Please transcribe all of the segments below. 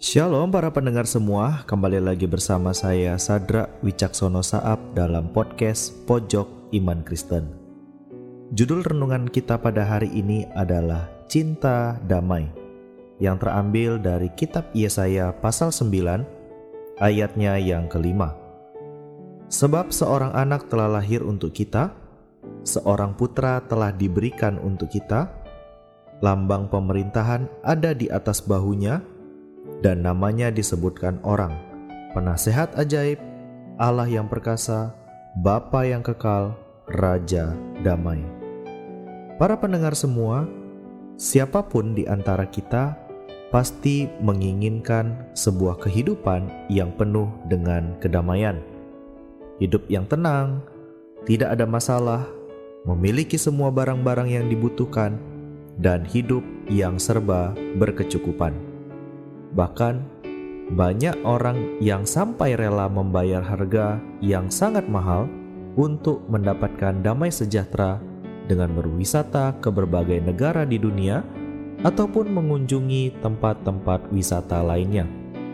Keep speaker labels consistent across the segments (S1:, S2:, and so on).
S1: Shalom para pendengar semua, kembali lagi bersama saya Sadra Wicaksono Saab dalam podcast Pojok Iman Kristen. Judul renungan kita pada hari ini adalah Cinta Damai, yang terambil dari kitab Yesaya pasal 9 ayatnya yang kelima. Sebab seorang anak telah lahir untuk kita, seorang putra telah diberikan untuk kita, lambang pemerintahan ada di atas bahunya, dan namanya disebutkan orang, Penasehat Ajaib, Allah yang perkasa, Bapa yang kekal, Raja Damai. Para pendengar semua, siapapun di antara kita pasti menginginkan sebuah kehidupan yang penuh dengan kedamaian. Hidup yang tenang, tidak ada masalah, memiliki semua barang-barang yang dibutuhkan, dan hidup yang serba berkecukupan. Bahkan, banyak orang yang sampai rela membayar harga yang sangat mahal untuk mendapatkan damai sejahtera dengan berwisata ke berbagai negara di dunia ataupun mengunjungi tempat-tempat wisata lainnya.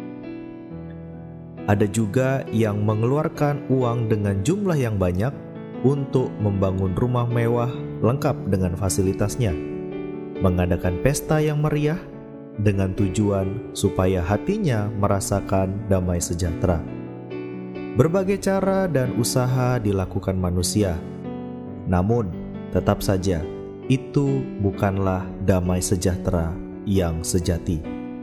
S1: Ada juga yang mengeluarkan uang dengan jumlah yang banyak untuk membangun rumah mewah lengkap dengan fasilitasnya, mengadakan pesta yang meriah, dengan tujuan supaya hatinya merasakan damai sejahtera. Berbagai cara dan usaha dilakukan manusia, namun tetap saja itu bukanlah damai sejahtera yang sejati.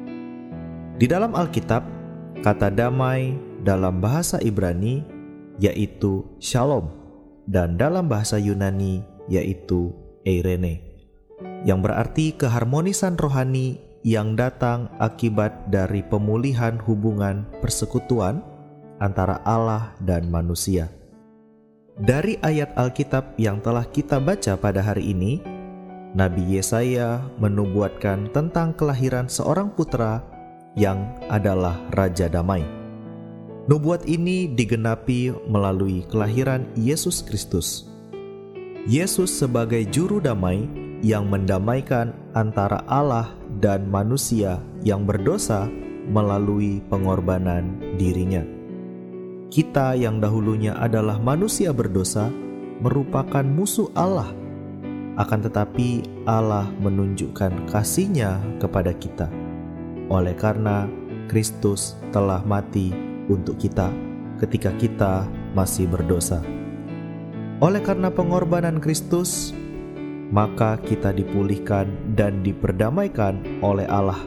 S1: Di dalam Alkitab, kata damai dalam bahasa Ibrani yaitu shalom, dan dalam bahasa Yunani yaitu eirene, yang berarti keharmonisan rohani yang datang akibat dari pemulihan hubungan persekutuan antara Allah dan manusia. Dari ayat Alkitab yang telah kita baca pada hari ini, Nabi Yesaya menubuatkan tentang kelahiran seorang putra yang adalah Raja Damai. Nubuat ini digenapi melalui kelahiran Yesus Kristus. Yesus sebagai juru damai yang mendamaikan antara Allah dan manusia yang berdosa melalui pengorbanan dirinya. Kita yang dahulunya adalah manusia berdosa merupakan musuh Allah, akan tetapi Allah menunjukkan kasih-Nya kepada kita oleh karena Kristus telah mati untuk kita ketika kita masih berdosa. Oleh karena pengorbanan Kristus, maka kita dipulihkan dan diperdamaikan oleh Allah.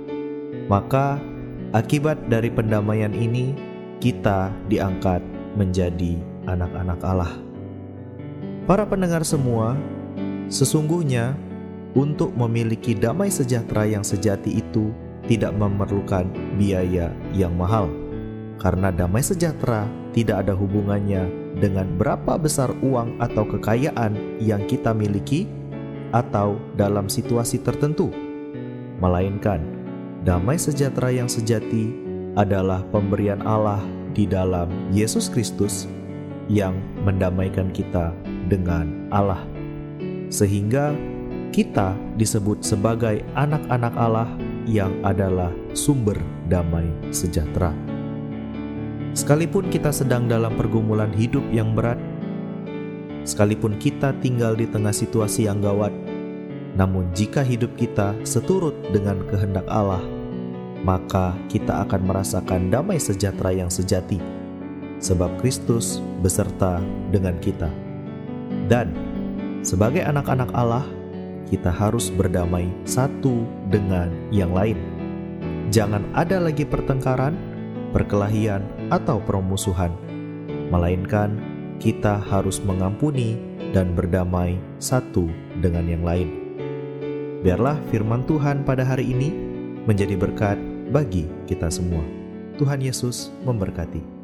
S1: Maka akibat dari pendamaian ini, kita diangkat menjadi anak-anak Allah. Para pendengar semua, sesungguhnya untuk memiliki damai sejahtera yang sejati itu tidak memerlukan biaya yang mahal, karena damai sejahtera tidak ada hubungannya dengan berapa besar uang atau kekayaan yang kita miliki atau dalam situasi tertentu, melainkan damai sejahtera yang sejati adalah pemberian Allah di dalam Yesus Kristus yang mendamaikan kita dengan Allah, sehingga kita disebut sebagai anak-anak Allah yang adalah sumber damai sejahtera. Sekalipun kita sedang dalam pergumulan hidup yang berat, sekalipun kita tinggal di tengah situasi yang gawat, namun jika hidup kita seturut dengan kehendak Allah, maka kita akan merasakan damai sejahtera yang sejati, sebab Kristus beserta dengan kita. Dan sebagai anak-anak Allah, kita harus berdamai satu dengan yang lain. Jangan ada lagi pertengkaran, perkelahian, atau permusuhan, melainkan kita harus mengampuni dan berdamai satu dengan yang lain. Biarlah firman Tuhan pada hari ini menjadi berkat bagi kita semua. Tuhan Yesus memberkati.